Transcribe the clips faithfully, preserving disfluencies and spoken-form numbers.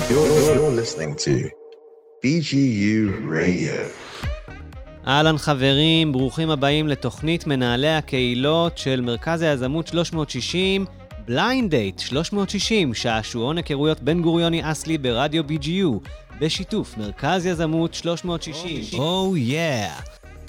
You're, you're listening to בי ג'י יו Radio. אהלן חברים, ברוכים הבאים לתוכנית מנהלי הקהילות של מרכז היזמות שלוש מאות שישים, בליינד דייט שלוש מאות שישים, שעשועון היכרויות בן גוריוני אסלי ברדיו בי ג'י יו, בשיתוף מרכז יזמות שלוש מאות שישים. Oh yeah!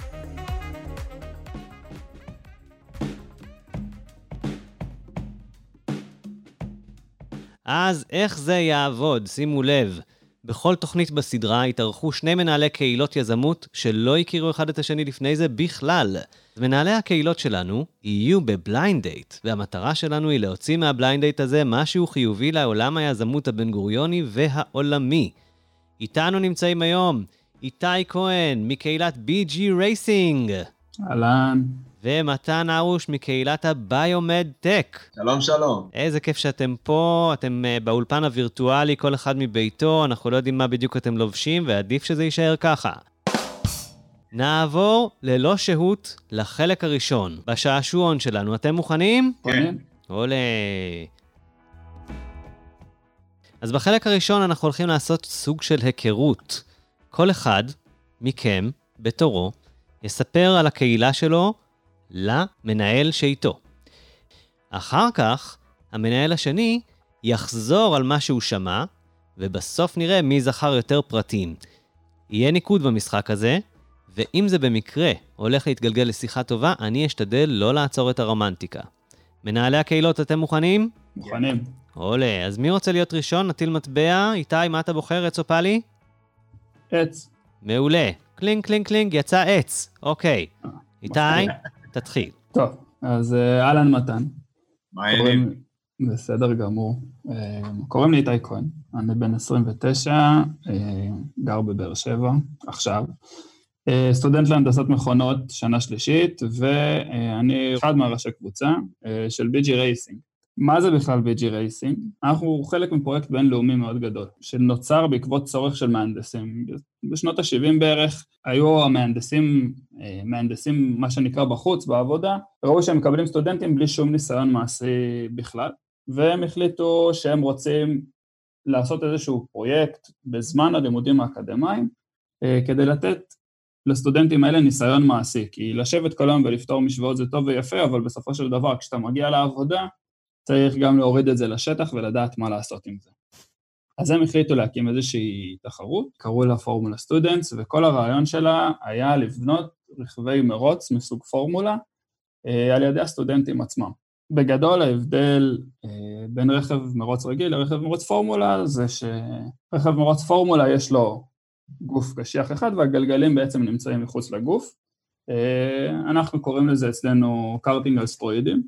אז איך זה יעבוד? שימו לב. בכל תוכנית בסדרה יתארחו שני מנהלי קהילות יזמות שלא הכירו אחד את השני לפני זה בכלל. מנהלי הקהילות שלנו יהיו בבליינד דייט, והמטרה שלנו היא להוציא מהבליינד דייט הזה משהו חיובי לעולם היזמות הבן גוריוני והעולמי. איתנו נמצאים היום איתי כהן מקהילת בי ג'י רייסינג. אהלן. ומתן ארוש מקהילת הביומד טק. שלום שלום. איזה כיף שאתם פה, אתם באולפן הווירטואלי, כל אחד מביתו, אנחנו לא יודעים מה בדיוק אתם לובשים, ועדיף שזה יישאר ככה. נעבור ללא שהות לחלק הראשון, בשעשועון שלנו. אתם מוכנים? כן. עולה. אז בחלק הראשון אנחנו הולכים לעשות סוג של היכרות. כל אחד מכם, בתורו, יספר על הקהילה שלו, למנהל שאיתו. אחר כך, המנהל השני יחזור על מה שהוא שמע, ובסוף נראה מי זכר יותר פרטים. יהיה ניקוד במשחק הזה, ואם זה במקרה הולך להתגלגל לשיחה טובה, אני אשתדל לא לעצור את הרומנטיקה. מנהלי הקהילות, אתם מוכנים? מוכנים. עולה, אז מי רוצה להיות ראשון? נטיל מטבע. איתי, מה אתה בוחר? עץ או פלי? עץ. מעולה. קלינג, קלינג, קלינג, יצא עץ. אוקיי. איתי, תתחיל. טוב, אז אהלן מתן. מה העניינים? בסדר גמור. קוראים לי איתי כהן, אני בן עשרים ותשע, גר בבאר שבע, עכשיו. סטודנט להנדסת מכונות, שנה שלישית, ואני אחד מהראשי קבוצה של בי ג'י רייסינג. מה זה בכלל בי ג'י רייסינג? אנחנו חלק מפרויקט בינלאומי מאוד גדול, שנוצר בעקבות צורך של מהנדסים. בשנות ה-שבעים בערך היו המהנדסים, מהנדסים מה שנקרא בחוץ, בעבודה, ראו שהם מקבלים סטודנטים בלי שום ניסיון מעשי בכלל, והם החליטו שהם רוצים לעשות איזשהו פרויקט בזמן הלימודים האקדמיים, כדי לתת לסטודנטים האלה ניסיון מעשי, כי לשבת כל היום ולפתור משוואות זה טוב ויפה, אבל בסופו של דבר כשאתה מגיע לעבודה, צריך גם להוריד את זה לשטח ולדעת מה לעשות עם זה. אז הם החליטו להקים איזושהי תחרות, קראו לה פורמולה סטודנטס, וכל הרעיון שלה היה לבנות רכבי מרוץ מסוג פורמולה, על ידי הסטודנטים עצמם. בגדול ההבדל בין רכב מרוץ רגיל לרכב מרוץ פורמולה, זה שרכב מרוץ פורמולה יש לו גוף קשיח אחד, והגלגלים בעצם נמצאים מחוץ לגוף. אנחנו קוראים לזה אצלנו קארטינג על סטרואידים.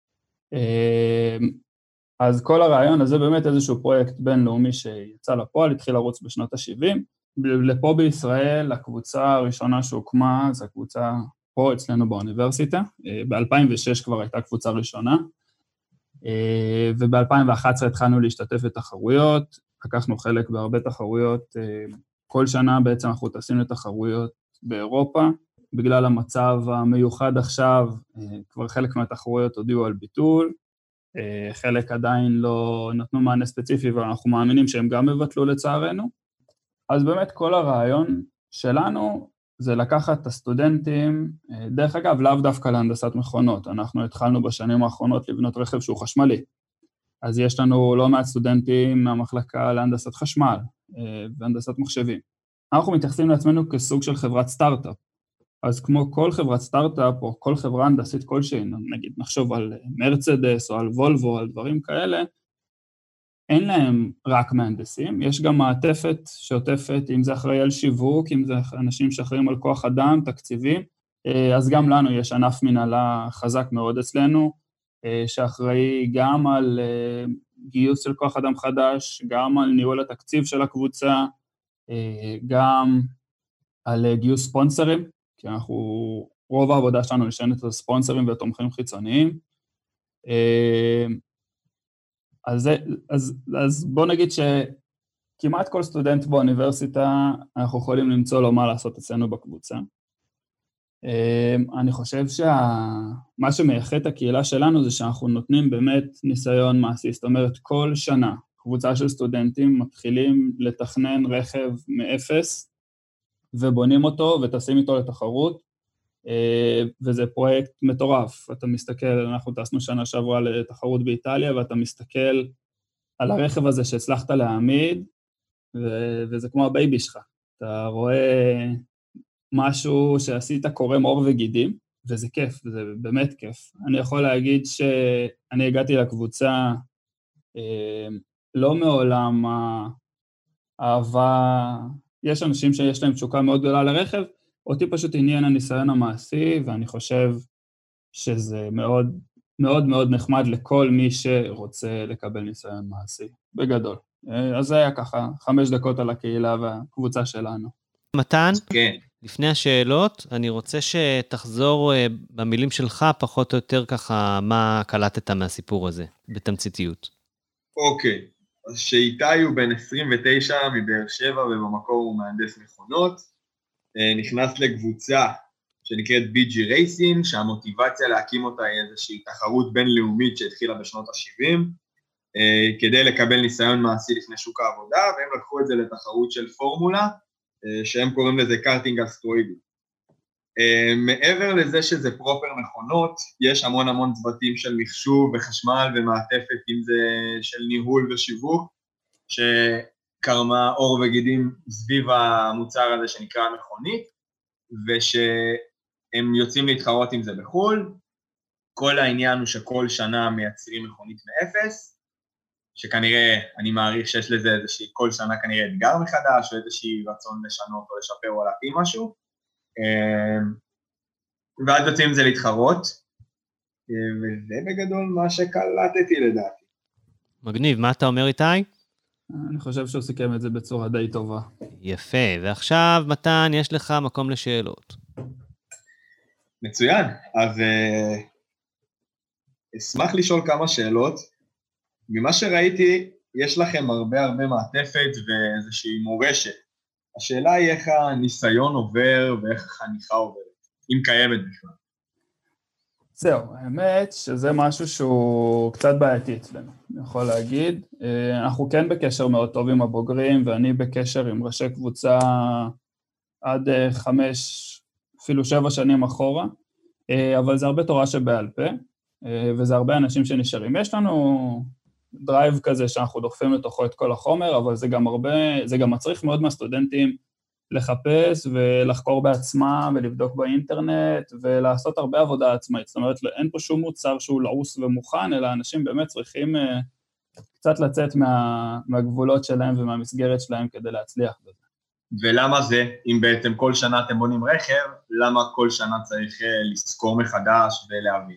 אז כל הרעיון הזה באמת איזשהו פרויקט בינלאומי שיצא לפועל, התחיל לרוץ בשנות ה-שבעים. לפה בישראל, הקבוצה הראשונה שהוקמה, זו הקבוצה פה אצלנו באוניברסיטה. ב-אלפיים ושש כבר הייתה קבוצה ראשונה, וב-אלפיים ואחת עשרה התחלנו להשתתף בתחרויות, לקחנו חלק בהרבה תחרויות. כל שנה בעצם אנחנו טסים לתחרויות באירופה, בגלל המצב המיוחד עכשיו, כבר חלק מהתחרויות הודיעו על ביטול, חלק עדיין לא נתנו מענה ספציפי, ואנחנו מאמינים שהם גם מבטלו לצערנו. אז באמת כל הרעיון שלנו זה לקחת את הסטודנטים, דרך אגב, לאו דווקא להנדסת מכונות, אנחנו התחלנו בשנים האחרונות לבנות רכב שהוא חשמלי, אז יש לנו לא מעט סטודנטים מהמחלקה להנדסת חשמל והנדסת מחשבים. אנחנו מתייחסים לעצמנו כסוג של חברת סטארט-אפ, אז כמו כל חברת סטארט-אפ, או כל חברה הנדסית כלשהי, נגיד נחשוב על מרצדס, או על וולבו, על דברים כאלה, אין להם רק מהנדסים, יש גם מעטפת שעוטפת, אם זה אחראי על שיווק, אם זה אנשים שאחראים על כוח אדם, תקציבים, אז גם לנו יש ענף מנהלה חזק מאוד אצלנו, שאחראי גם על גיוס של כוח אדם חדש, גם על ניהול התקציב של הקבוצה, גם על גיוס ספונסרים, כי אנחנו, רוב העבודה שלנו נשענת על ספונסרים ותומכים חיצוניים. אז, אז, אז בוא נגיד שכמעט כל סטודנט באוניברסיטה, אנחנו יכולים למצוא לו מה לעשות אצלנו בקבוצה. אני חושב שמה שמייחד את הקהילה שלנו זה שאנחנו נותנים באמת ניסיון מעשי, זאת אומרת כל שנה, קבוצה של סטודנטים מתחילים לתכנן רכב מאפס, ובונים אותו וטסים איתו לתחרות, וזה פרויקט מטורף. אתה מסתכל, אנחנו טסנו שנה שעברה לתחרות באיטליה, ואתה מסתכל על הרכב הזה שהצלחת להעמיד, וזה כמו הבייבי שלך. אתה רואה משהו שעשית קורם עור וגידים, וזה כיף, זה באמת כיף. אני יכול להגיד שאני הגעתי לקבוצה לא מעולם האהבה, יש אנשים שיש להם תשוקה מאוד גדולה לרכב, אותי פשוט עניין הניסיון המעשי, ואני חושב שזה מאוד מאוד מאוד נחמד לכל מי שרוצה לקבל ניסיון מעשי, בגדול. אז זה היה ככה, חמש דקות על הקהילה והקבוצה שלנו. מתן, כן. לפני השאלות, אני רוצה שתחזור במילים שלך, פחות או יותר ככה, מה קלטת מהסיפור הזה, בתמציתיות. אוקיי, אז שאיתי הוא בן עשרים ותשע מבאר שבע, ובמקור הוא מהנדס מכונות, נכנס לקבוצה שנקראת בי ג'י Racing, שהמוטיבציה להקים אותה היא איזושהי תחרות בינלאומית שהתחילה בשנות ה-שבעים, כדי לקבל ניסיון מעשי לפני שוק העבודה, והם לקחו את זה לתחרות של פורמולה, שהם קוראים לזה קארטינג על סטרואידים. מעבר לזה שזה פרופר מכונות, יש המון המון צוותים של מחשוב וחשמל ומעטפת, אם זה של ניהול ושיווק, שקרמה אור וגידים סביב המוצר הזה שנקרא מכונית, ושהם יוצאים להתחרות עם זה בחול. כל העניין הוא שכל שנה מייצרים מכונית מאפס, שכנראה, אני מעריך שיש לזה איזושהי, כל שנה כנראה אתגר מחדש, או איזושהי רצון לשנות או לשפר או להתאים משהו, ואז יוצאים עם זה להתחרות, וזה בגדול מה שקלטתי לדעתי. מגניב, מה אתה אומר איתי? אני חושב שהוא סיכם את זה בצורה די טובה. יפה, ועכשיו מתן, יש לך מקום לשאלות. מצוין, אז uh, אשמח לשאול כמה שאלות. ממה שראיתי, יש לכם הרבה הרבה מעטפת ואיזושהי מורשת. השאלה היא איך הניסיון עובר ואיך החניכה עוברת, אם קיימת בכלל. זהו, האמת שזה משהו שהוא קצת בעייתי אצלנו, אני יכול להגיד. אנחנו כן בקשר מאוד טוב עם הבוגרים, ואני בקשר עם ראשי קבוצה עד חמש, אפילו שבע שנים אחורה, אבל זה הרבה תורה שבעל פה, וזה הרבה אנשים שנשארים. יש לנו דרייב כזה שאנחנו דוחפים לתוכו את כל החומר, אבל זה גם הרבה, זה גם מצריך מאוד מהסטודנטים לחפש ולחקור בעצמם ולבדוק באינטרנט ולעשות הרבה עבודה עצמאית. זאת אומרת, אין פה שום מוצר שהוא לעוס ומוכן, אלא אנשים באמת צריכים קצת לצאת מה, מהגבולות שלהם ומהמסגרת שלהם כדי להצליח בזה. ולמה זה, אם בעצם כל שנה אתם בונים רכב, למה כל שנה צריך לזכור מחדש ולהבין?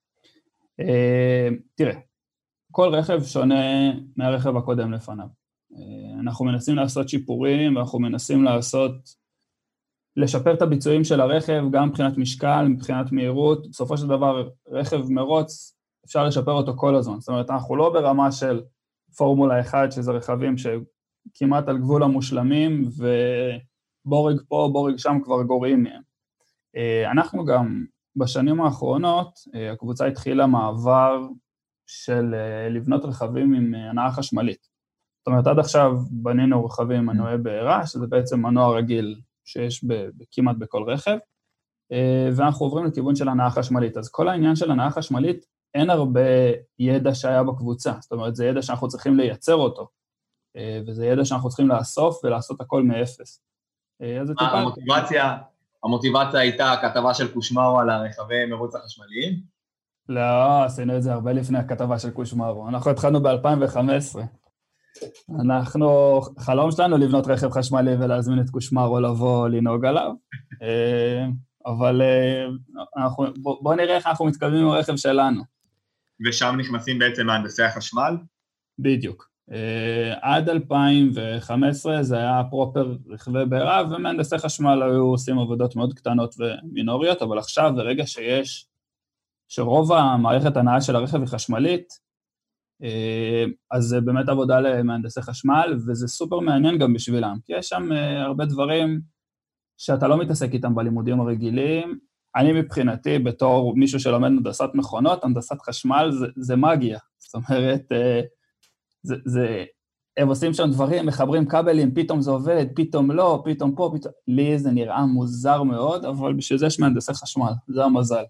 תראה, כל רכב שונה מהרכב הקודם לפניו. אנחנו מנסים לעשות שיפורים, ואנחנו מנסים לעשות, לשפר את הביצועים של הרכב, גם מבחינת משקל, מבחינת מהירות. בסופו של דבר, רכב מרוץ, אפשר לשפר אותו כל הזמן. זאת אומרת, אנחנו לא ברמה של פורמולה אחת, שזה רכבים שכמעט על גבול המושלמים, ובורג פה, בורג שם כבר גורעים מהם. אנחנו גם, בשנים האחרונות, הקבוצה התחילה מעבר של לבנות רכבים עם הנעה חשמלית. זאת אומרת, עד עכשיו בנינו רכבים מנועי בעירה, שזה בעצם מנוע רגיל שיש כמעט בכל רכב, ואנחנו עוברים לכיוון של הנעה חשמלית. אז כל העניין של הנעה חשמלית, אין הרבה ידע שהיה בקבוצה, זאת אומרת, זה ידע שאנחנו צריכים לייצר אותו, וזה ידע שאנחנו צריכים לאסוף ולעשות הכל מאפס. המוטיבציה, המוטיבציה הייתה הכתבה של קושמרו על הרכבי מרוץ החשמליים? לא, עשינו את זה הרבה לפני הכתבה של קושמרו. אנחנו התחלנו ב-אלפיים וחמש עשרה. אנחנו, חלום שלנו לבנות רכב חשמלי ולהזמין את קושמרו לבוא לנהוג עליו, אבל אנחנו, בוא נראה איך אנחנו מתקדמים עם הרכב שלנו. ושם נכנסים בעצם מהנדסי החשמל? בדיוק. עד אלפיים וחמש עשרה זה היה פרופר רכבי בעירה, ומהנדסי חשמל היו עושים עבודות מאוד קטנות ומינוריות, אבל עכשיו ברגע שיש, שרוב המערכת הנעה של הרכב היא חשמלית, אז זה באמת עבודה למהנדסי חשמל, וזה סופר מעניין גם בשבילם, כי יש שם הרבה דברים שאתה לא מתעסק איתם בלימודים הרגילים. אני מבחינתי, בתור מישהו שלומד הנדסת מכונות, הנדסת חשמל זה, זה מגיה, זאת אומרת, זה, זה הם עושים שם דברים, מחברים כבלים, פתאום זה עובד, פתאום לא, פתאום פה, פתאום... לי זה נראה מוזר מאוד, אבל בשביל זה יש מהנדסי חשמל, זה המזל.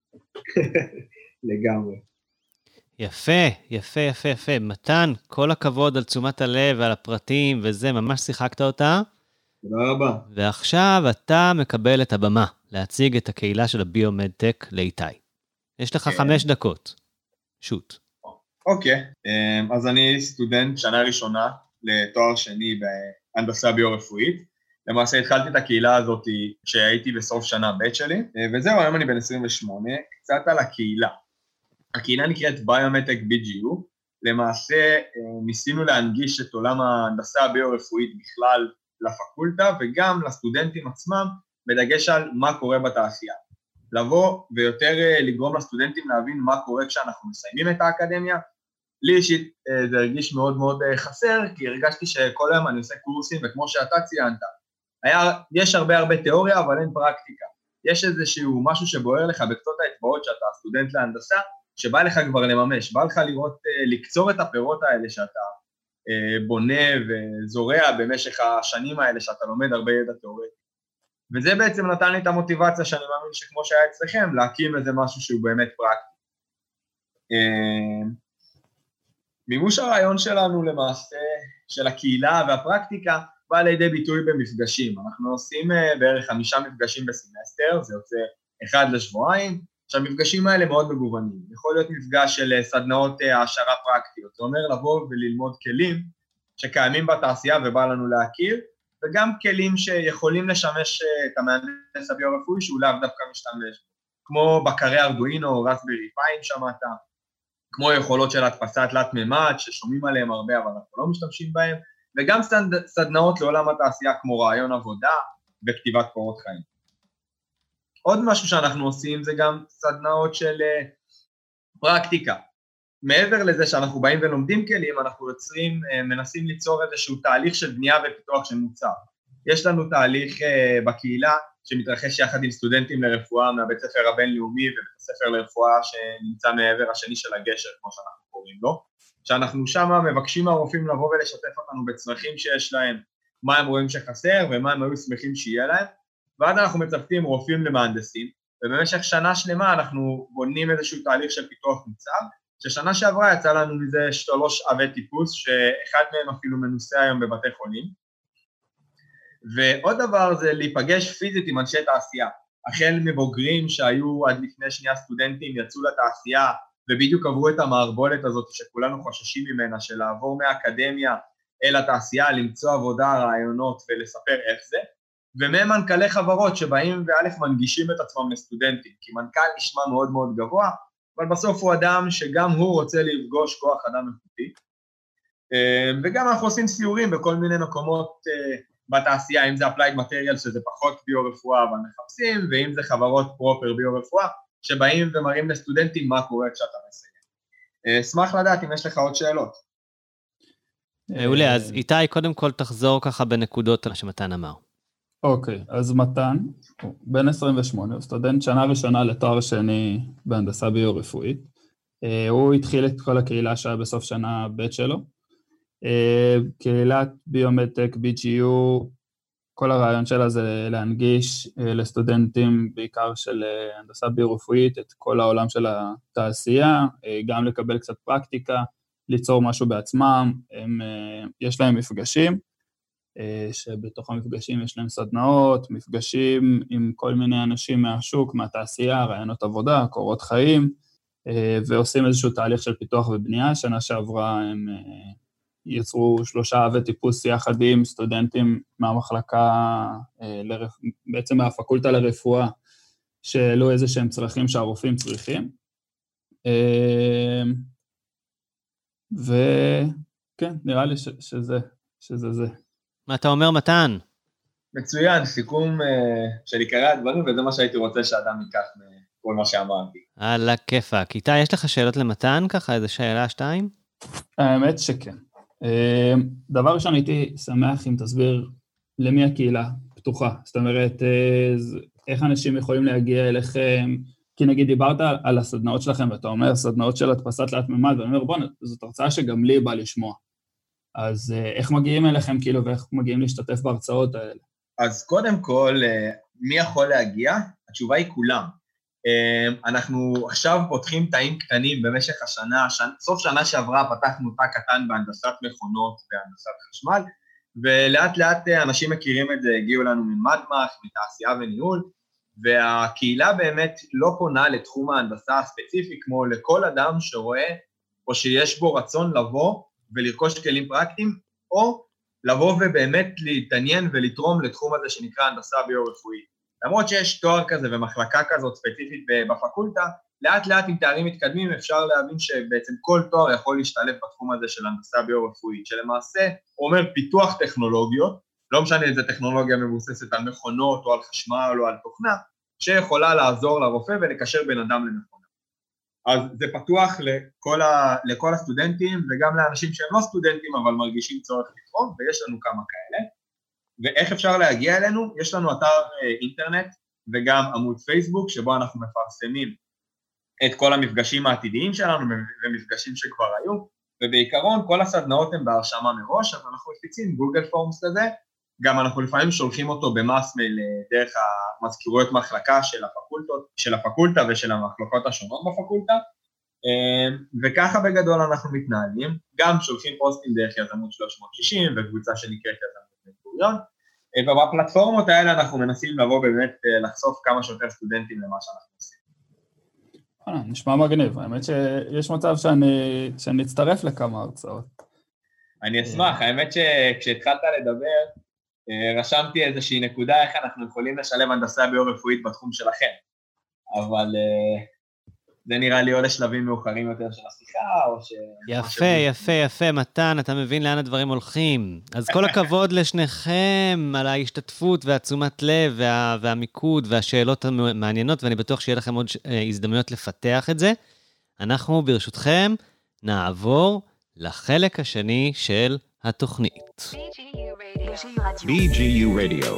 לגמרי. יפה, יפה, יפה, יפה. מתן, כל הכבוד על תשומת הלב ועל הפרטים וזה, ממש שיחקת אותה. תודה רבה. ועכשיו אתה מקבל את הבמה להציג את הקהילה של הביומדטק לאיתי. יש לך חמש דקות. שוט. אוקיי, אז אני סטודנט שנה ראשונה לתואר שני בהנדסה ביו-רפואית. למעשה התחלתי את הקהילה הזאת כשהייתי בסוף שנה ב' שלי, וזהו, היום אני בן עשרים ושמונה, קצת על הקהילה. הקהילה נקראת ביומדטק בי ג'י יו, למעשה ניסינו להנגיש את עולם ההנדסה הביו-רפואית בכלל לפקולטה, וגם לסטודנטים עצמם, בדגש על מה קורה בתעשייה. לבוא ויותר לגרום לסטודנטים להבין מה קורה כשאנחנו מסיימים את האקדמיה. לי אישית זה הרגיש מאוד מאוד חסר, כי הרגשתי שכל היום אני עושה קורסים, וכמו שאתה ציינת, היה, יש הרבה הרבה תיאוריה, אבל אין פרקטיקה. יש איזשהו משהו שבוער לך בקצות האצבעות שאתה סטודנט להנדסה, שבא לך כבר לממש, בא לך לראות, לקצור את הפירות האלה שאתה בונה וזורע במשך השנים האלה שאתה לומד הרבה ידע תיאורטי. וזה בעצם נתן לי את המוטיבציה שאני מאמין שכמו שהיה אצלכם, להקים איזה משהו שהוא באמת פרקטי. מימוש הרעיון שלנו למעשה, של הקהילה והפרקטיקה, בא לידי ביטוי במפגשים. אנחנו עושים בערך חמישה מפגשים בסמסטר, זה יוצא אחד לשבועיים, שהמפגשים האלה מאוד מגוונים. יכול להיות מפגש של סדנאות העשרה פרקטיות, זה אומר לבוא וללמוד כלים שקיימים בתעשייה ובא לנו להכיר, וגם כלים שיכולים לשמש את המהנדס הביו-רפואי שהוא לאו דווקא משתמש, כמו בקרי ארדואינו או רסברי פאי שמעת, כמו יכולות של הדפסה תלת ממד ששומעים עליהם הרבה אבל אנחנו לא משתמשים בהם, וגם סדנאות לעולם התעשייה כמו רעיון עבודה וכתיבת קורות חיים. עוד משהו שאנחנו עושים זה גם סדנאות של פרקטיקה. מעבר לזה שאנחנו באים ולומדים כלים, אנחנו יוצרים, מנסים ליצור איזשהו תהליך של בנייה ופיתוח של מוצר. יש לנו תהליך בקהילה שמתרחש יחד עם סטודנטים לרפואה מהבית ספר הבינלאומי ובית הספר לרפואה שנמצא מעבר השני של הגשר, כמו שאנחנו קוראים לו, שאנחנו שם מבקשים מהרופאים לבוא ולשתף אותנו בצרכים שיש להם, מה הם רואים שחסר ומה הם היו שמחים שיהיה להם, ואז אנחנו מצוותים רופאים למהנדסים, ובמשך שנה שלמה אנחנו בונים איזשהו תהליך של פיתוח מוצר, ששנה שעברה יצא לנו מזה שלוש עבי טיפוס, שאחד מהם אפילו מנוסה היום בבתי חולים. ועוד דבר זה להיפגש פיזית עם אנשי תעשייה. החל מבוגרים שהיו עד לפני שנייה סטודנטים, יצאו לתעשייה, ובדיוק עברו את המערבולת הזאת שכולנו חוששים ממנה, של לעבור מהאקדמיה אל התעשייה, למצוא עבודה, רעיונות ולספר איך זה. וממנכ"לי חברות שבאים וא' מנגישים את עצמם לסטודנטים, כי מנכ"ל נשמע מאוד מאוד גבוה, אבל בסוף הוא אדם שגם הוא רוצה לפגוש כוח אדם איכותי, וגם אנחנו עושים סיורים בכל מיני מקומות בתעשייה, אם זה Applied Material שזה פחות ביו-רפואה אבל מחפשים, ואם זה חברות פרופר ביו-רפואה, שבאים ומראים לסטודנטים מה קורה כשאתה מסיים. אשמח לדעת אם יש לך עוד שאלות. מעולה, אז איתי קודם כל תחזור ככה בנקודות על מה שמתן אמר. אוקיי, אז מתן, הוא בן עשרים ושמונה, הוא סטודנט שנה ראשונה לתואר שני בהנדסה ביו-רפואית. הוא התחיל את כל הקהילה שהיה בסוף שנה ב' שלו. קהילת ביומדטק בי ג'י יו, כל הרעיון שלה זה להנגיש לסטודנטים בעיקר של הנדסה ביו-רפואית את כל העולם של התעשייה, גם לקבל קצת פרקטיקה, ליצור משהו בעצמם. הם, יש להם מפגשים, שבתוך המפגשים יש להם סדנאות, מפגשים עם כל מיני אנשים מהשוק, מהתעשייה, רעיונות עבודה, קורות חיים, ועושים איזשהו תהליך של פיתוח ובנייה. שנה שעברה הם יצרו שלושה עבי טיפוס יחד עם סטודנטים מהמחלקה, בעצם מהפקולטה לרפואה, שהעלו איזה שהם צרכים שהרופאים צריכים. וכן, נראה לי שזה, שזה זה. מה אתה אומר, מתן? מצוין, סיכום uh, של עיקרי הדברים, וזה מה שהייתי רוצה שאדם ייקח מכל מה שאמרתי. על הכיפק. איתי, יש לך שאלות למתן ככה, איזה שאלה שתיים? האמת שכן. Uh, דבר ראשון, הייתי שמח אם תסביר למי הקהילה פתוחה. זאת אומרת, uh, איך אנשים יכולים להגיע אליכם, כי נגיד דיברת על הסדנאות שלכם, ואתה אומר, סדנאות של הדפסת תלת ממד, ואני אומר, בוא, זאת הרצאה שגם לי בא לשמוע. אז איך מגיעים אליכם, כאילו, ואיך מגיעים להשתתף בהרצאות האלה? אז קודם כל, מי יכול להגיע? התשובה היא כולם. אנחנו עכשיו פותחים תאים קטנים במשך השנה, סוף שנה שעברה פתחנו תא קטן בהנדסת מכונות והנדסת חשמל, ולאט לאט אנשים מכירים את זה, הגיעו לנו ממדמח, מתעשייה וניהול, והקהילה באמת לא פונה לתחום ההנדסה הספציפי, כמו לכל אדם שרואה, או שיש בו רצון לבוא ולרכוש כלים פרקטיים, או לבוא ובאמת להתעניין ולתרום לתחום הזה שנקרא הנדסה ביו-רפואית. למרות שיש תואר כזה ומחלקה כזאת ספציפית בפקולטה, לאט לאט עם תארים מתקדמים אפשר להבין שבעצם כל תואר יכול להשתלב בתחום הזה של הנדסה ביו-רפואית, שלמעשה אומר פיתוח טכנולוגיות, לא משנה איזה טכנולוגיה מבוססת על מכונות או על חשמל או על תוכנה, שיכולה לעזור לרופא ולקשר בין אדם למכונה. אז זה פתוח לכל, ה, לכל הסטודנטים וגם לאנשים שהם לא סטודנטים אבל מרגישים צורך לתרום, ויש לנו כמה כאלה. ואיך אפשר להגיע אלינו? יש לנו אתר אינטרנט וגם עמוד פייסבוק שבו אנחנו מפרסמים את כל המפגשים העתידיים שלנו ומפגשים שכבר היו, ובעיקרון כל הסדנאות הן בהרשמה מראש, אז אנחנו מפיצים גוגל פורמס לזה, גם אנחנו לפעמים שולחים אותו במסמייל דרך המזכירויות מחלקה של הפקולטות, של הפקולטה ושל המחלקות השונות בפקולטה, וככה בגדול אנחנו מתנהלים, גם שולחים פוסטים דרך יזמות שלוש מאות שישים וקבוצה שנקראת יזמות בן-גוריון, ובפלטפורמות האלה אנחנו מנסים לבוא באמת לחשוף כמה שיותר סטודנטים למה שאנחנו עושים. נשמע מגניב, האמת שיש מצב שאני, שאני אצטרף לכמה הרצאות. אני אשמח, האמת שכשהתחלת לדבר, רשמתי איזושהי נקודה איך אנחנו יכולים לשלב הנדסה ביו-רפואית בתחום שלכם, אבל זה נראה לי או לשלבים מאוחרים יותר של השיחה, או ש... יפה, יפה, יפה, מתן, אתה מבין לאן הדברים הולכים. אז כל הכבוד לשניכם על ההשתתפות והתשומת לב וה, והמיקוד והשאלות המעניינות, ואני בטוח שיהיה לכם עוד הזדמנויות לפתח את זה. אנחנו ברשותכם נעבור לחלק השני של התוכנית. בי ג'י יו Radio.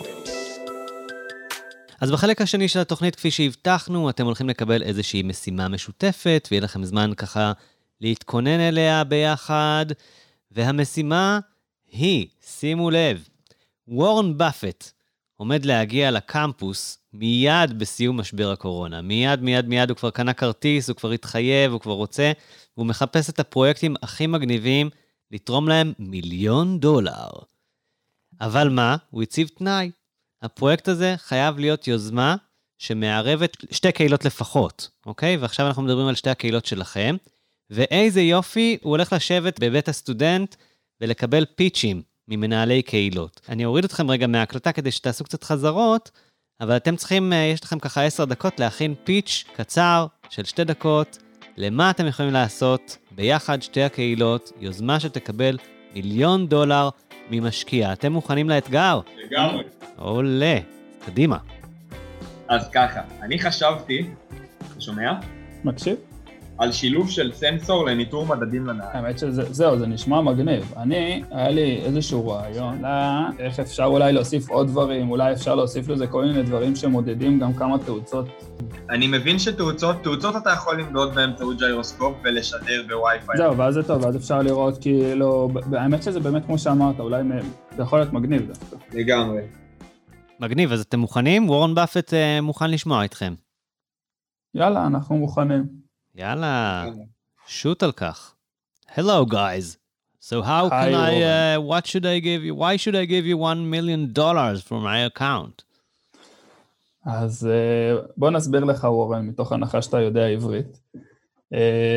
אז בחלק השני של התוכנית, כפי שהבטחנו, אתם הולכים לקבל איזושהי משימה משותפת, ויהיה לכם זמן ככה להתכונן אליה ביחד, והמשימה היא, שימו לב, וורן באפט עומד להגיע לקמפוס מיד בסיום משבר הקורונה. מיד, מיד, מיד הוא כבר קנה כרטיס, הוא כבר התחייב, הוא כבר רוצה, והוא מחפש את הפרויקטים הכי מגניבים, לתרום להם מיליון דולר. אבל מה? הוא הציב תנאי. הפרויקט הזה חייב להיות יוזמה שמערבת שתי קהילות לפחות, אוקיי? ועכשיו אנחנו מדברים על שתי הקהילות שלכם, ואיזה יופי הוא הולך לשבת בבית הסטודנט ולקבל פיצ'ים ממנהלי קהילות. אני אוריד אתכם רגע מההקלטה כדי שתעשו קצת חזרות, אבל אתם צריכים, יש לכם ככה עשר דקות להכין פיץ' קצר של שתי דקות, למה אתם יכולים לעשות ביחד שתי הקהילות, יוזמה שתקבל מיליון דולר ממשקיע. אתם מוכנים לאתגר? לגמרי. עולה, קדימה. אז ככה, אני חשבתי, אתה שומע? מקשיב? על שילוב של סנסור לניטור מדדים לנהג. האמת שזהו, זה נשמע מגניב. אני, היה לי איזשהו רעיון, איך אפשר אולי להוסיף עוד דברים, אולי אפשר להוסיף לזה כל מיני דברים שמודדים גם כמה תאוצות. אני מבין שתאוצות, תאוצות אתה יכול למדוד באמצעות ג'יירוסקופ ולשדר בווי-פיי. זהו, ואז זה טוב, ואז אפשר לראות כאילו, האמת שזה באמת כמו שאמרת, אולי זה יכול להיות מגניב דווקא. לגמרי. מגניב, אז אתם מוכנים? וורן באפט uh, מוכן לשמוע אתכם. יאללה, אנחנו מוכנים. יאללה, שוט על כך. Hello guys. So how Hi, can I, Warren. uh, what should I give you, why should I give you one million dollars from my account? אז uh, בוא נסביר לך וורן, מתוך הנחה שאתה יודע עברית. Uh,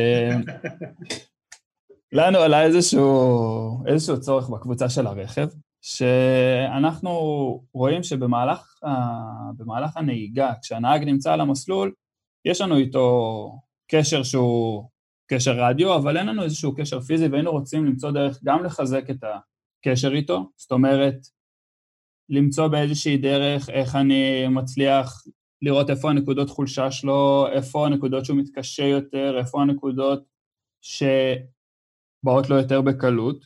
לנו עלה איזשהו, איזשהו צורך בקבוצה של הרכב, שאנחנו רואים שבמהלך במהלך הנהיגה, כשהנהג נמצא על המסלול, יש לנו איתו קשר שהוא קשר רדיו, אבל אין לנו איזשהו קשר פיזי, והיינו רוצים למצוא דרך גם לחזק את הקשר איתו, זאת אומרת, למצוא באיזושהי דרך איך אני מצליח לראות איפה הנקודות חולשה שלו, איפה הנקודות שהוא מתקשה יותר, איפה הנקודות שבאות לו יותר בקלות,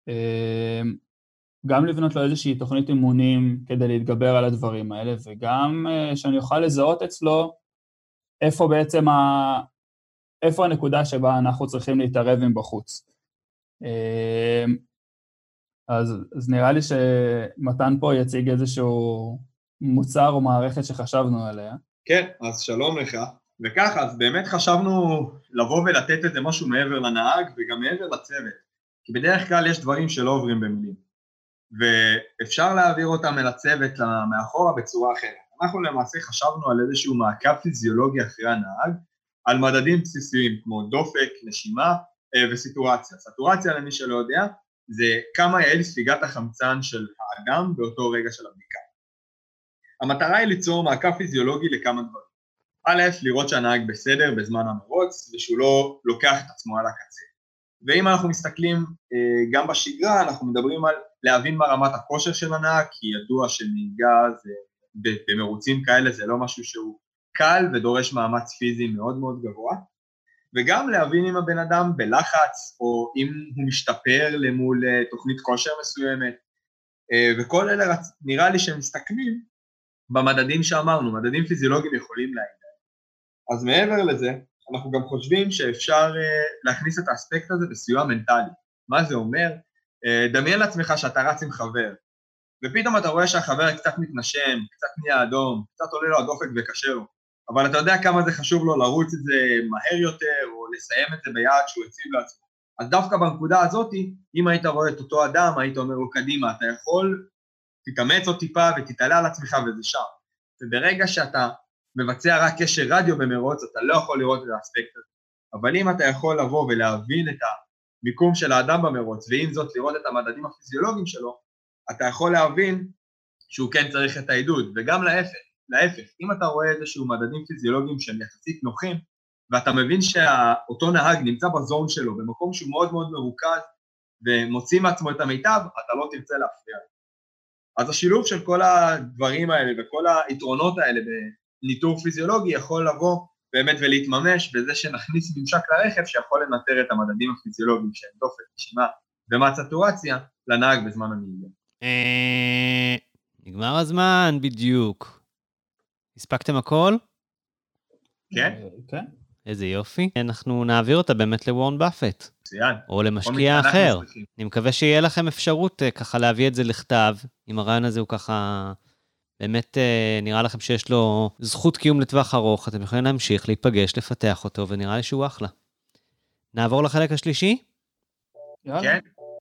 גם לבנות לו איזושהי תוכנית אימונים כדי להתגבר על הדברים האלה, וגם שאני אוכל לזהות אצלו איפה בעצם ה... איפה הנקודה שבה אנחנו צריכים להתערב עם בחוץ. אז, אז נראה לי שמתן פה יציג איזשהו מוצר או מערכת שחשבנו עליה. כן, אז שלום לך. וככה, אז באמת חשבנו לבוא ולתת את זה משהו מעבר לנהג וגם מעבר לצוות. כי בדרך כלל יש דברים שלא עוברים במילים. ואפשר להעביר אותם אל הצוות מאחורה בצורה אחרת. אנחנו למעשה חשבנו על איזשהו מעקב פיזיולוגי אחרי הנהג, על מדדים בסיסיים כמו דופק, נשימה וסיטורציה. סטורציה, למי שלא יודע, זה כמה יעיל ספיגת החמצן של האדם באותו רגע של הבדיקה. המטרה היא ליצור מעקב פיזיולוגי לכמה דברים. א', לראות שהנהג בסדר בזמן המרוץ, ושהוא לא לוקח את עצמו על הקצה. ואם אנחנו מסתכלים גם בשגרה, אנחנו מדברים על להבין מה רמת הכושר של הנהג, כי ידוע שנהיגה זה, במרוצים כאלה זה לא משהו שהוא קל ודורש מאמץ פיזי מאוד מאוד גבוה, וגם להבין אם הבן אדם בלחץ, או אם הוא משתפר למול תוכנית כושר מסוימת, וכל אלה נראה לי שהם מסתכמים במדדים שאמרנו, מדדים פיזיולוגיים יכולים להעיד. אז מעבר לזה, אנחנו גם חושבים שאפשר להכניס את האספקט הזה בסיוע מנטלי. מה זה אומר? דמיין לעצמך שאתה רץ עם חבר, ופתאום אתה רואה שהחבר קצת מתנשם, קצת נהיה אדום, קצת עולה לו הדופק וקשה לו, אבל אתה יודע כמה זה חשוב לו לרוץ את זה מהר יותר, או לסיים את זה ביעד שהוא הציב לעצמו. אז דווקא בנקודה הזאת, אם היית רואה את אותו אדם, היית אומר לו קדימה, אתה יכול, תתאמץ עוד טיפה ותתעלה על עצמך וזה שם. וברגע שאתה מבצע רק קשר רדיו במרוץ, אתה לא יכול לראות את האספקט הזה. אבל אם אתה יכול לבוא ולהבין את המיקום של האדם במרוץ, ועם זאת לראות את המדדים הפיזיולוגיים שלו, אתה יכול להבין שהוא כן צריך את העידוד, וגם להפך, להפך, אם אתה רואה איזשהו מדדים פיזיולוגיים שהם יחסית נוחים, ואתה מבין שאותו נהג נמצא בזון שלו, במקום שהוא מאוד מאוד מרוכז, ומוציא מעצמו את המיטב, אתה לא תרצה להפריע. אז השילוב של כל הדברים האלה, וכל היתרונות האלה בניטור פיזיולוגי, יכול לבוא באמת ולהתממש, בזה שנכניס ממשק לרכב, שיכול לנטר את המדדים הפיזיולוגיים, שהם דופק, נשימה, ומה סטורציה, לנהג בזמן הנהיגה. נגמר הזמן בדיוק. הספקתם הכל? כן. כן. איזה יופי. אנחנו נעביר אותה באמת לוורן באפט. מצוין. או למשקיע אחר. אני מקווה שיהיה לכם אפשרות ככה להביא את זה לכתב, אם הרעיון הזה הוא ככה, באמת נראה לכם שיש לו זכות קיום לטווח ארוך, אתם יכולים להמשיך, להיפגש, לפתח אותו, ונראה לי שהוא אחלה. נעבור לחלק השלישי? כן.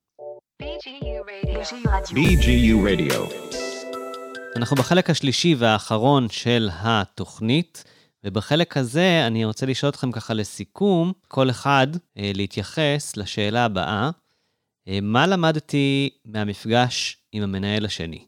בי ג'י יו Radio. אנחנו בחלק השלישי והאחרון של התוכנית, ובחלק הזה אני רוצה לשאול אתכם ככה לסיכום, כל אחד אה, להתייחס לשאלה הבאה, אה, מה למדתי מהמפגש עם המנהל השני?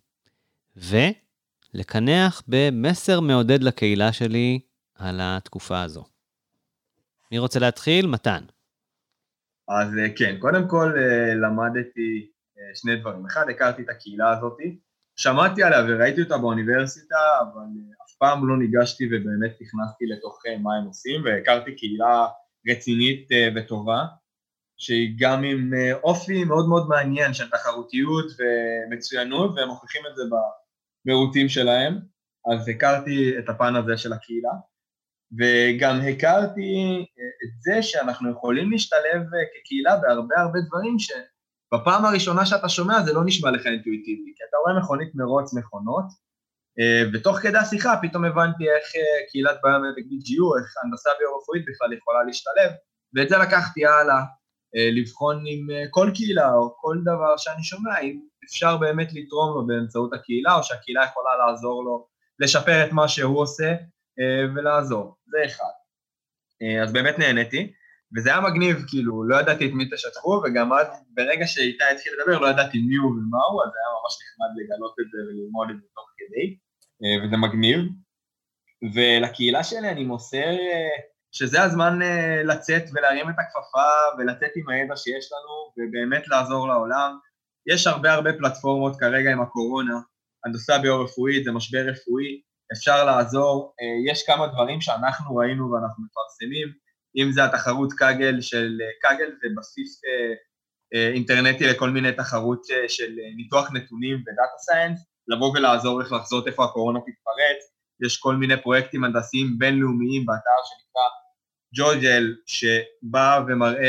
ולקנח במסר מעודד לקהילה שלי על התקופה הזו. מי רוצה להתחיל? מתן. אז כן, קודם כל למדתי שני דברים. אחד, הכרתי את הקהילה הזאת, שמעתי עליה וראיתי אותה באוניברסיטה, אבל אף פעם לא ניגשתי ובאמת נכנסתי לתוך מה הם עושים, והכרתי קהילה רצינית וטובה, שהיא גם עם אופי מאוד מאוד מעניין של תחרותיות ומצוינות, והם מוכיחים את זה במרוצים שלהם, אז הכרתי את הפן הזה של הקהילה. וגם הכרתי את זה שאנחנו יכולים להשתלב כקהילה בהרבה הרבה דברים שבפעם הראשונה שאתה שומע זה לא נשמע לך אינטואיטיבי, כי אתה רואה מכונית מרוץ מכונות, ותוך כדי השיחה פתאום הבנתי איך קהילת ביומטריק בי ג'י יו, איך הנדסה ביו-רפואית בכלל יכולה להשתלב, ואת זה לקחתי הלאה, לבחון עם כל קהילה או כל דבר שאני שומע, אם אפשר באמת לתרום לו באמצעות הקהילה, או שהקהילה יכולה לעזור לו לשפר את מה שהוא עושה, ולעזור, זה אחד. אז באמת נהניתי, וזה היה מגניב, כאילו, לא ידעתי את מי תשתפו, וגם עד ברגע שאיתה התחיל לדבר, לא ידעתי מי הוא ומה הוא, אז זה היה ממש נחמד לגלות את זה וללמוד את זה תוך כדי, וזה מגניב. ולקהילה שלי אני מוסר שזה הזמן לצאת ולהרים את הכפפה, ולצאת עם הידע שיש לנו, ובאמת לעזור לעולם. יש הרבה הרבה פלטפורמות כרגע עם הקורונה, הנדסה ביו-רפואית, זה משבר רפואי, אפשר לעזור, יש כמה דברים שאנחנו ראינו ואנחנו מפרסמים, אם זה התחרות קאגל של קאגל, זה בסיס אינטרנטי לכל מיני תחרות של ניתוח נתונים ודאטה סיינס, לבוא ולעזור איך לחזות איפה הקורונה תתפרץ, יש כל מיני פרויקטים הנדסיים בינלאומיים באתר שנקרא ג'וג'ל, שבא ומראה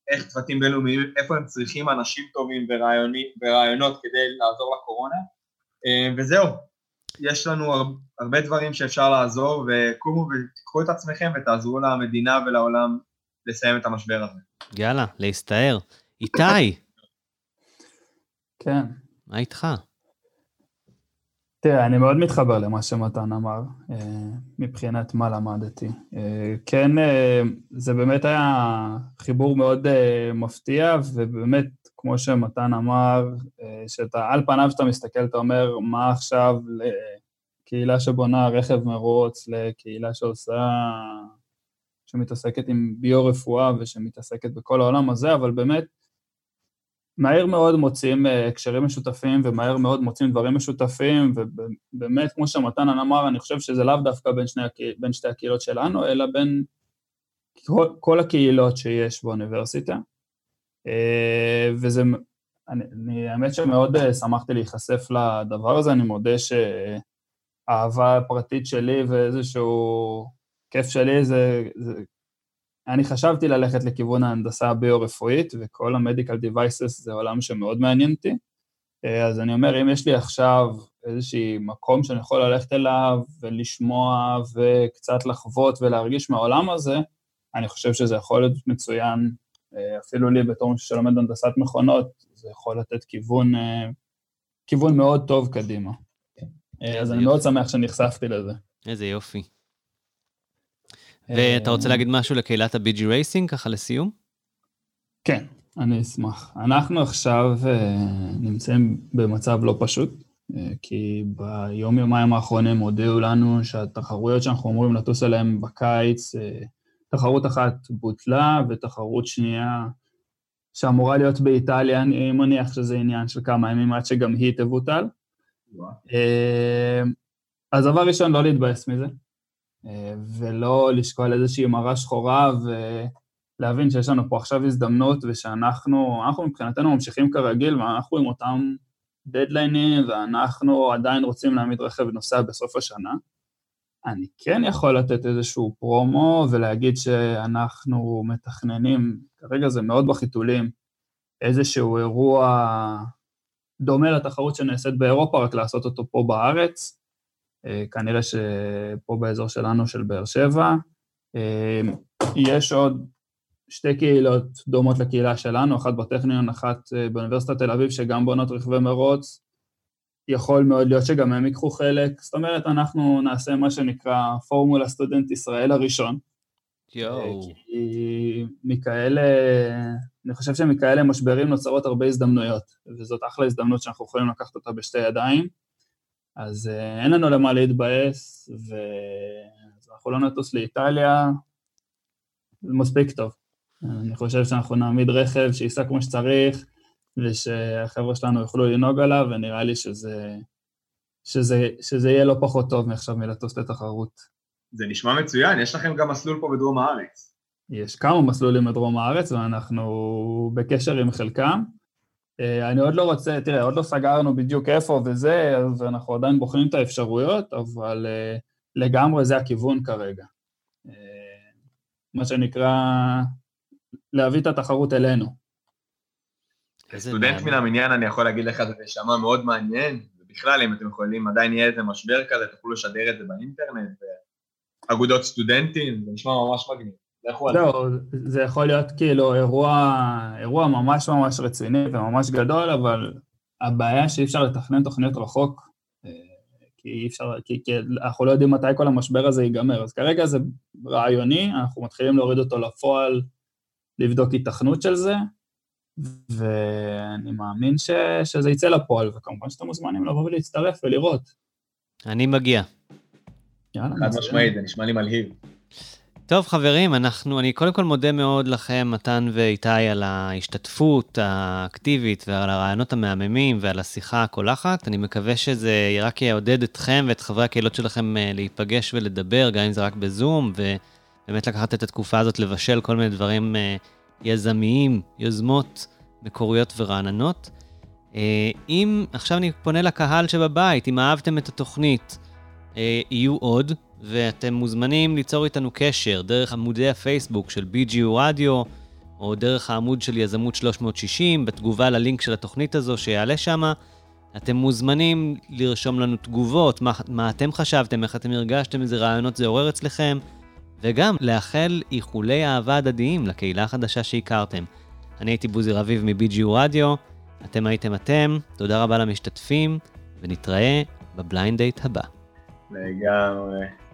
איך צוותים בינלאומיים, איפה הם צריכים אנשים טובים ורעיונות כדי לעזור לקורונה, וזהו, יש לנו הרבה דברים שאפשר לעזור, וקומו ותיקחו את עצמכם ותעזרו למדינה ולעולם לסיים את המשבר הזה. יאללה, להסתער. איתי. כן. מה איתך? תראה, אני מאוד מתחבר למה שמתן אמר, מבחינת מה למדתי. כן, זה באמת היה חיבור מאוד מפתיע, ובאמת, כמו שמתן אמר, שאתה על פניו שאתה מסתכל, אתה אומר, מה עכשיו לקהילה שבונה רכב מרוץ, לקהילה שעושה, שמתעסקת עם ביו-רפואה, ושמתעסקת בכל העולם הזה, אבל באמת, מהר מאוד מוצאים הקשרים משותפים, ומהר מאוד מוצאים דברים משותפים, ובאמת, כמו שמתן אמר, אני חושב שזה לאו דווקא בין, שני, בין שתי הקהילות שלנו, אלא בין כל, כל הקהילות שיש באוניברסיטה, וזה, אני, אני, האמת שמאוד שמחתי להיחשף לדבר הזה, אני מודה שהאהבה הפרטית שלי, ואיזשהו כיף שלי, זה, זה אני חשבתי ללכת לכיוון ההנדסה הביו-רפואית, וכל ה-medical devices זה עולם שמאוד מעניין אותי, אז אני אומר, אם יש לי עכשיו איזושהי מקום שאני יכול ללכת אליו, ולשמוע, וקצת לחוות ולהרגיש מהעולם הזה, אני חושב שזה יכול להיות מצוין, אפילו לי בתור מישהו שלומד הנדסת מכונות, זה יכול לתת כיוון, כיוון מאוד טוב קדימה. אז אני מאוד שמח שנחשפתי לזה. איזה יופי. ואתה רוצה להגיד משהו לקהילת ה-בי ג'י Racing, ככה לסיום? כן, אני אשמח. אנחנו עכשיו נמצאים במצב לא פשוט, כי ביום יומיים האחרונים הודיעו לנו שהתחרויות שאנחנו אמורים לטוס עליהן בקיץ, תחרות אחת בוטלה, ותחרות שנייה שאמורה להיות באיטליה, אני מניח שזה עניין של כמה ימים עד שגם היא תבוטל. אז דבר ראשון, לא להתבאס מזה. ולא לשקול איזושהי מראה שחורה, ולהבין שיש לנו פה עכשיו הזדמנות, ושאנחנו, אנחנו מבחינתנו ממשיכים כרגיל, ואנחנו עם אותם דדליינים, ואנחנו עדיין רוצים להעמיד רכב נוסע בסוף השנה. אני כן יכול לתת איזשהו פרומו, ולהגיד שאנחנו מתכננים, כרגע זה מאוד בחיתולים, איזשהו אירוע דומה לתחרות שנעשית באירופה, רק לעשות אותו פה בארץ, כנראה שפה באזור שלנו של באר שבע, יש עוד שתי קהילות דומות לקהילה שלנו, אחת בטכניון, אחת באוניברסיטת תל אביב, שגם בונות רכבי מרוץ, יכול מאוד להיות שגם הם ייקחו חלק, זאת אומרת, אנחנו נעשה מה שנקרא פורמולה סטודנט ישראל הראשון, יואו. כי מכאלה, אני חושב שמכאלה משברים נוצרות הרבה הזדמנויות, וזאת אחלה הזדמנות שאנחנו יכולים לקחת אותה בשתי ידיים, אז uh, אין לנו למה להתבאס, ואנחנו לא נטוס לאיטליה, זה מספיק טוב. אני חושב שאנחנו נעמיד רכב שייסע כמו שצריך, ושהחבר'ה שלנו יוכלו לנהוג עליו, ונראה לי שזה, שזה, שזה יהיה לא פחות טוב מעכשיו מלטוס לתחרות. זה נשמע מצוין, יש לכם גם מסלול פה בדרום הארץ. יש כמה מסלולים בדרום הארץ, ואנחנו בקשר עם חלקם. אני עוד לא רוצה, תראה, עוד לא סגרנו בדיוק איפה וזה, אז אנחנו עדיין בוחנים את האפשרויות, אבל לגמרי זה הכיוון כרגע. מה שנקרא, להביא את התחרות אלינו. סטודנט מן המניין, אני יכול להגיד לך, זה שמע מאוד מעניין, ובכלל, אם אתם יכולים, עדיין יהיה איזה משבר כזה, תוכלו לשדר את זה באינטרנט, ואגודות סטודנטים, זה נשמע ממש מגניב. לא, זה יכול להיות כאילו אירוע, אירוע ממש ממש רציני וממש גדול, אבל הבעיה שאי אפשר לתכנן תוכניות רחוק, כי אי אפשר, כי, כי אנחנו לא יודעים מתי כל המשבר הזה ייגמר, אז כרגע זה רעיוני, אנחנו מתחילים להוריד אותו לפועל, לבדוק התכנות של זה, ואני מאמין ש, שזה יצא לפועל, וכמובן שאתם מוזמנים לבוא ולהצטרף ולראות. אני מגיע. יאללה, חד משמעית, זה נשמע לי מלהיב. טוב חברים, אנחנו, אני קודם כל מודה מאוד לכם, מתן ואיתי, על ההשתתפות האקטיבית ועל הרעיונות המהממים ועל השיחה הקולחת. אני מקווה שזה רק יעודד אתכם ואת חברי הקהילות שלכם להיפגש ולדבר, גם אם זה רק בזום, ובאמת לקחת את התקופה הזאת לבשל כל מיני דברים יזמיים, יוזמות מקוריות ורעננות. אם עכשיו אני פונה לקהל שבבית, אם אהבתם את התוכנית, יהיו עוד, ואתם מוזמנים ליצור איתנו קשר דרך עמודי הפייסבוק של בי ג'י יו רדיו, או דרך העמוד של יזמות שלוש מאות שישים, בתגובה ללינק של התוכנית הזו שיעלה שם, אתם מוזמנים לרשום לנו תגובות, מה, מה אתם חשבתם, איך אתם הרגשתם, איזה רעיונות זה עורר אצלכם, וגם לאחל איחולי אהבה הדדיים לקהילה החדשה שהכרתם. אני הייתי בוזי רביב מ-בי ג'י יו רדיו, אתם הייתם אתם, תודה רבה למשתתפים, ונתראה בבליינד דייט הבא. לגמרי.